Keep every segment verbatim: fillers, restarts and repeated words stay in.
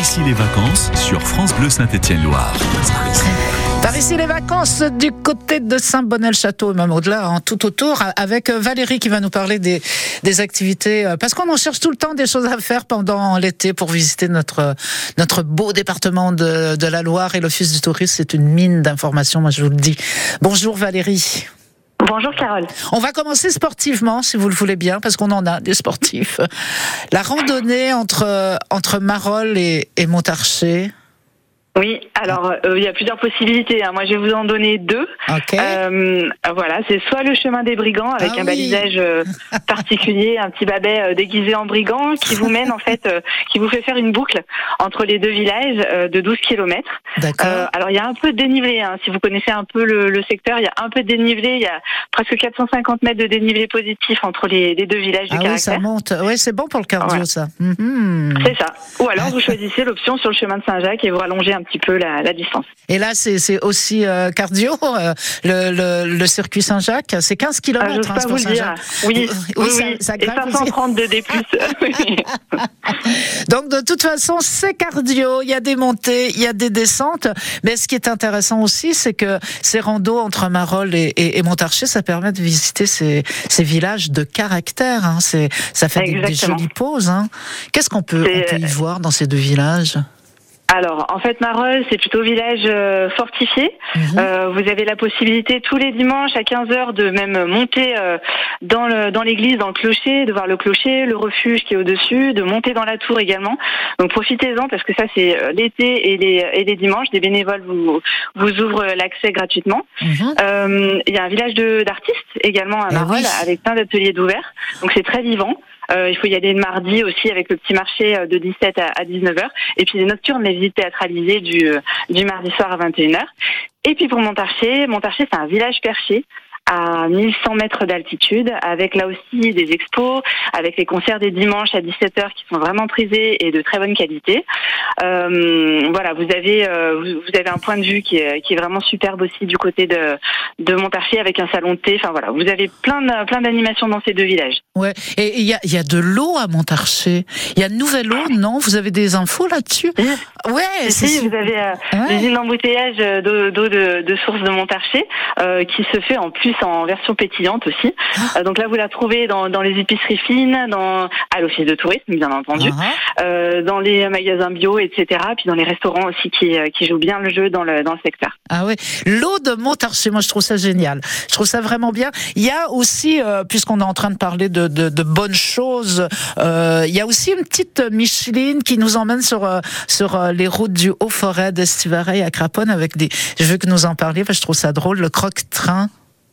ici les vacances sur France Bleu Saint-Étienne-Loire. Par ici les vacances du côté de Saint-Bonnet-le-Château et même au-delà, hein, tout autour, avec Valérie qui va nous parler des, des activités, parce qu'on en cherche tout le temps des choses à faire pendant l'été pour visiter notre, notre beau département de, de la Loire, et l'Office du tourisme, c'est une mine d'informations, moi je vous le dis. Bonjour Valérie. Bonjour Carole. On va commencer sportivement, si vous le voulez bien, parce qu'on en a des sportifs. La randonnée entre, entre Marolles et, et Montarcher. Oui, alors euh, il y a plusieurs possibilités. Hein. Moi, je vais vous en donner deux. Okay. Euh, voilà, c'est soit le chemin des brigands avec ah un oui. balisage euh, particulier, un petit babet euh, déguisé en brigand qui vous mène en fait, euh, qui vous fait faire une boucle entre les deux villages euh, de douze kilomètres. D'accord. Euh, alors il y a un peu de dénivelé. Hein. Si vous connaissez un peu le, le secteur, il y a un peu de dénivelé. Il y a presque quatre cent cinquante mètres de dénivelé positif entre les, les deux villages ah du oui, caractère. ça monte. Oui, c'est bon pour le cardio, ouais. ça. Mm-hmm. C'est ça. Ou alors vous choisissez l'option sur le chemin de Saint-Jacques et vous rallongez un petit peu la, la distance. Et là, c'est, c'est aussi euh, cardio, euh, le, le, le circuit Saint-Jacques, c'est quinze kilomètres. Ah, je hein, pas vous le dire. Oui, oui, oui, ça, oui. Ça et cinq cent trente de D plus. Donc, de toute façon, c'est cardio, il y a des montées, il y a des descentes. Mais ce qui est intéressant aussi, c'est que ces randos entre Marolles et, et, et Montarcher, ça permet de visiter ces, ces villages de caractère. Hein. C'est, ça fait des, des jolies pauses. Hein. Qu'est-ce qu'on peut, on peut y voir dans ces deux villages ? Alors, en fait, Marolles, c'est plutôt village euh, fortifié. Mmh. Euh, vous avez la possibilité tous les dimanches à quinze heures de même monter euh, dans le dans l'église, dans le clocher, de voir le clocher, le refuge qui est au-dessus, de monter dans la tour également. Donc profitez-en parce que ça, c'est l'été et les et les dimanches. Des bénévoles vous vous ouvrent l'accès gratuitement. Mmh. Euh, il y a un village de d'artistes également à Marolles, oui. avec plein d'ateliers d'ouverts. Donc c'est très vivant. Euh, il faut y aller le mardi aussi avec le petit marché de dix-sept à dix-neuf heures. Et puis les nocturnes, les visites théâtralisées du, du mardi soir à vingt et une heures. Et puis pour Montarcher, Montarcher c'est un village perché à mille cent mètres d'altitude, avec là aussi des expos, avec les concerts des dimanches à dix-sept heures qui sont vraiment prisés et de très bonne qualité. Euh, voilà, vous avez euh, vous avez un point de vue qui est qui est vraiment superbe aussi du côté de de Montarcher avec un salon de thé. Enfin voilà, vous avez plein de, plein d'animations dans ces deux villages. Ouais, et il y a il y a de l'eau à Montarcher. Il y a de nouvelle eau, non ? Vous avez des infos là-dessus ? Ouais, c'est si, si vous avez euh, ouais. l'usine d'embouteillage d'eau, d'eau de, de source de Montarcher euh, qui se fait en plus en version pétillante aussi. Ah. Euh, donc là, vous la trouvez dans, dans les épiceries fines, dans à l'office de tourisme, bien entendu, uh-huh. euh, dans les magasins bio, et cetera. Puis dans les restaurants aussi qui, qui jouent bien le jeu dans le, dans le secteur. Ah oui, l'eau de Montarcher, moi je trouve ça génial. Je trouve ça vraiment bien. Il y a aussi, euh, puisqu'on est en train de parler de, de, de bonnes choses, euh, il y a aussi une petite Micheline qui nous emmène sur, euh, sur euh, les routes du Haut-Forêt d'Estivareil à Craponne avec des. Je veux que nous en parliez parce que je trouve ça drôle, le croque-train.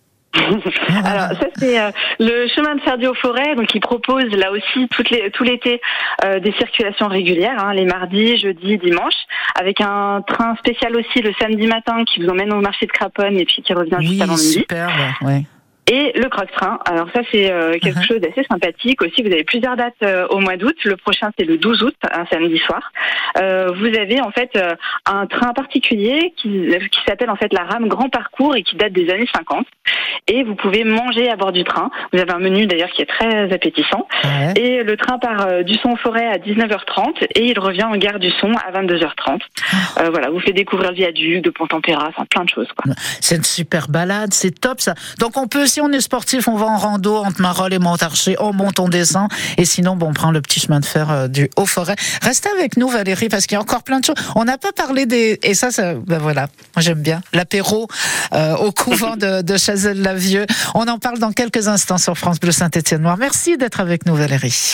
Alors ça c'est euh, le chemin de fer du Haut-Forêt, donc il propose là aussi toutes les, tout l'été euh, des circulations régulières, hein, les mardis, jeudis, dimanches, avec un train spécial aussi le samedi matin qui vous emmène au marché de Craponne et puis qui revient oui, juste avant midi. Superbe, ouais. Et le croque-train, alors ça c'est euh, quelque uh-huh. chose d'assez sympathique aussi. Vous avez plusieurs dates euh, au mois d'août. Le prochain c'est le douze août, un samedi soir. Euh, vous avez en fait euh, un train particulier qui, qui s'appelle en fait la rame Grand Parcours et qui date des années cinquante. Et vous pouvez manger à bord du train. Vous avez un menu d'ailleurs qui est très appétissant. Uh-huh. Et le train part euh, du Son-Forêt à dix-neuf heures trente et il revient en gare du Son à vingt-deux heures trente. Uh-huh. Euh, voilà, vous fait découvrir le viaduc de Pont-Tempéra, enfin plein de choses quoi. C'est une super balade, c'est top ça. Donc on peut, si on est sportif, on va en rando entre Marolles et Montarcher, on monte, on descend, et sinon, bon, on prend le petit chemin de fer euh, du Haut-Forêt. Restez avec nous, Valérie, parce qu'il y a encore plein de choses. On n'a pas parlé des... Et ça, ça ben voilà, moi j'aime bien. L'apéro euh, au couvent de, de Chazelles-la-Vieux. On en parle dans quelques instants sur France Bleu Saint-Étienne-Loire. Merci d'être avec nous, Valérie.